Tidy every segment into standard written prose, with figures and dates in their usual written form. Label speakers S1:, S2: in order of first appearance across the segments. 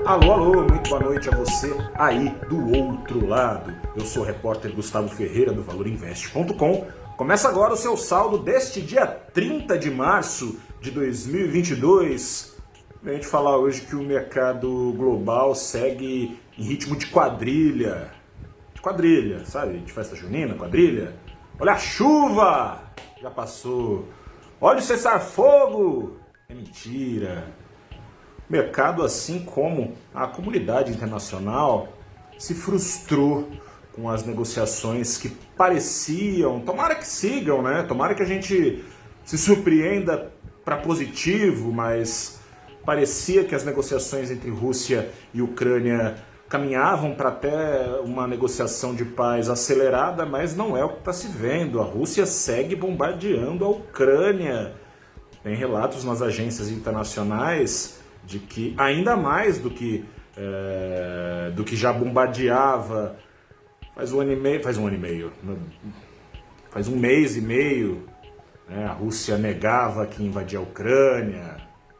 S1: Alô, alô, muito boa noite a você aí do outro lado. Eu sou o repórter Gustavo Ferreira do ValorInvest.com. Começa agora o seu saldo deste dia 30 de março de 2022. A gente falar hoje que o mercado global segue em ritmo de quadrilha. De quadrilha, sabe? De festa junina, quadrilha. Olha a chuva! Já passou. Olha o cessar-fogo! É mentira. O mercado, assim como a comunidade internacional, se frustrou com as negociações que pareciam, tomara que sigam, né? Tomara que a gente se surpreenda para positivo, mas parecia que as negociações entre Rússia e Ucrânia caminhavam para até uma negociação de paz acelerada, mas não é o que está se vendo. A Rússia segue bombardeando a Ucrânia. Tem relatos nas agências internacionais de que ainda mais do que já bombardeava faz um mês e meio, né? A Rússia negava que invadia a Ucrânia,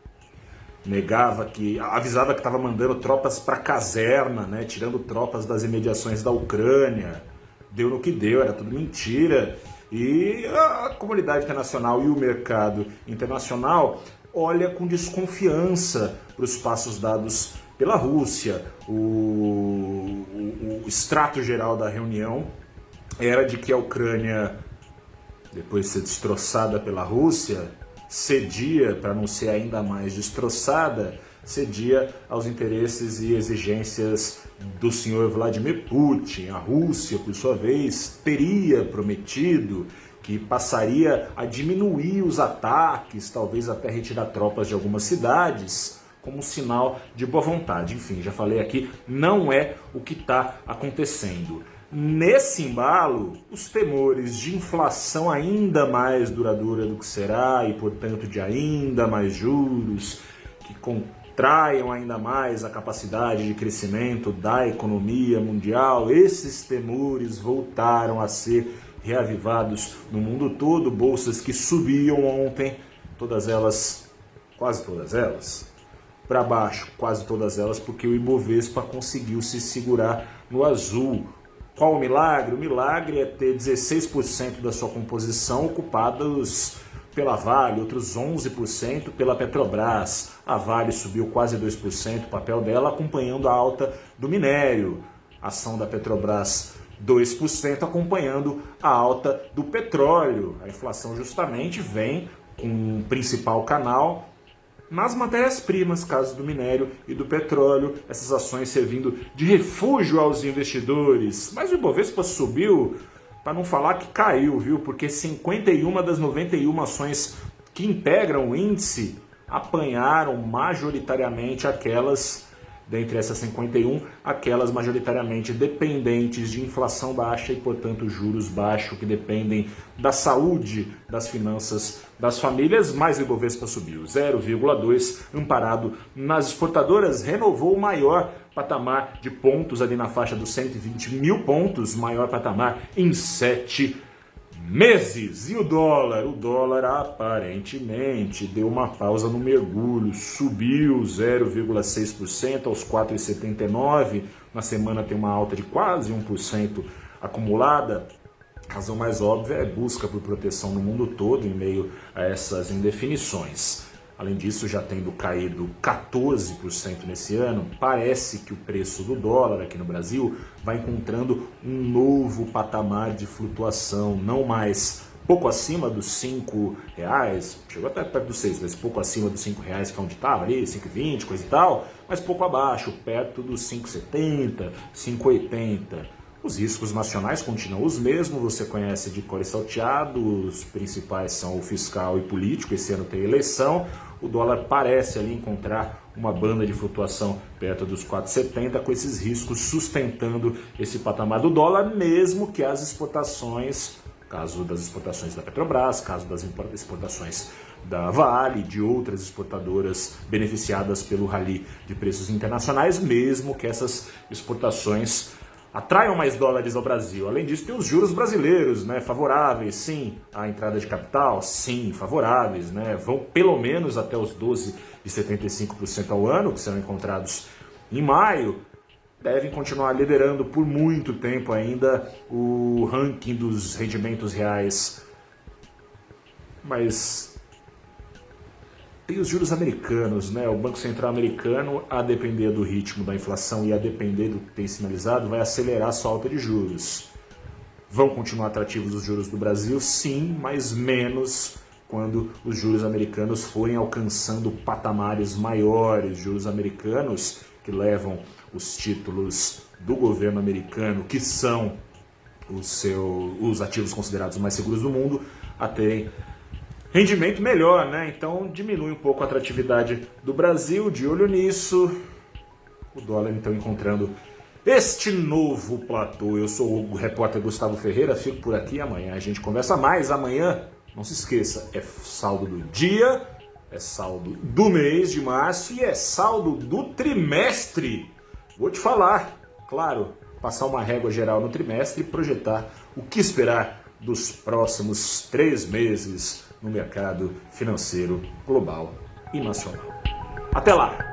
S1: avisava que estava mandando tropas para caserna, né? Tirando tropas das imediações da Ucrânia. Deu no que deu, era tudo mentira. E a comunidade internacional e o mercado internacional olha com desconfiança para os passos dados pela Rússia. O extrato geral da reunião era de que a Ucrânia, depois de ser destroçada pela Rússia, cedia, para não ser ainda mais destroçada, cedia aos interesses e exigências do senhor Vladimir Putin. A Rússia, por sua vez, teria prometido que passaria a diminuir os ataques, talvez até retirar tropas de algumas cidades, como sinal de boa vontade. Enfim, já falei aqui, não é o que está acontecendo. Nesse embalo, os temores de inflação ainda mais duradoura do que será e, portanto, de ainda mais juros, que contraiam ainda mais a capacidade de crescimento da economia mundial, esses temores voltaram a ser reavivados no mundo todo. Bolsas que subiam ontem, todas elas, quase todas elas, para baixo, quase todas elas, porque o Ibovespa conseguiu se segurar no azul. Qual o milagre? O milagre é ter 16% da sua composição ocupados pela Vale, outros 11% pela Petrobras. A Vale subiu quase 2%, o papel dela acompanhando a alta do minério. A ação da Petrobras 2% acompanhando a alta do petróleo. A inflação justamente vem com o principal canal nas matérias-primas, caso do minério e do petróleo, essas ações servindo de refúgio aos investidores. Mas o Ibovespa subiu, para não falar que caiu, viu? Porque 51 das 91 ações que integram o índice apanharam majoritariamente dentre essas 51, aquelas majoritariamente dependentes de inflação baixa e, portanto, juros baixos, que dependem da saúde das finanças das famílias. Mais o Ibovespa subiu 0,2, amparado nas exportadoras, renovou o maior patamar de pontos ali na faixa dos 120 mil pontos, maior patamar em 7 meses. E o dólar aparentemente deu uma pausa no mergulho, subiu 0,6% aos 4,79, na semana tem uma alta de quase 1% acumulada. A razão mais óbvia é busca por proteção no mundo todo em meio a essas indefinições. Além disso, já tendo caído 14% nesse ano, parece que o preço do dólar aqui no Brasil vai encontrando um novo patamar de flutuação, não mais pouco acima dos R$5, chegou até perto dos 6, mas pouco acima dos R$5, que é onde estava ali, 5,20, coisa e tal, mas pouco abaixo, perto dos 5,70, 5,80. Os riscos nacionais continuam os mesmos, você conhece de cor e salteado, os principais são o fiscal e político, esse ano tem eleição. O dólar parece ali encontrar uma banda de flutuação perto dos 4,70, com esses riscos sustentando esse patamar do dólar, mesmo que as exportações, caso das exportações da Petrobras, caso das exportações da Vale, de outras exportadoras beneficiadas pelo rally de preços internacionais, mesmo que essas exportações atraiam mais dólares ao Brasil. Além disso, tem os juros brasileiros, né, favoráveis, sim, à entrada de capital, sim, favoráveis, né, vão pelo menos até os 12,75% ao ano, que serão encontrados em maio, devem continuar liderando por muito tempo ainda o ranking dos rendimentos reais. Mas tem os juros americanos, né? O Banco Central americano, a depender do ritmo da inflação e a depender do que tem sinalizado, vai acelerar a sua alta de juros. Vão continuar atrativos os juros do Brasil? Sim, mas menos quando os juros americanos forem alcançando patamares maiores. Juros americanos que levam os títulos do governo americano, que são os ativos considerados mais seguros do mundo, a terem rendimento melhor, né? Então diminui um pouco a atratividade do Brasil. De olho nisso, o dólar então encontrando este novo platô. Eu sou o repórter Gustavo Ferreira, fico por aqui. Amanhã a gente conversa mais. Amanhã, não se esqueça, é saldo do dia, é saldo do mês de março e é saldo do trimestre. Vou te falar, claro, passar uma régua geral no trimestre e projetar o que esperar dos próximos 3 meses no mercado financeiro global e nacional. Até lá!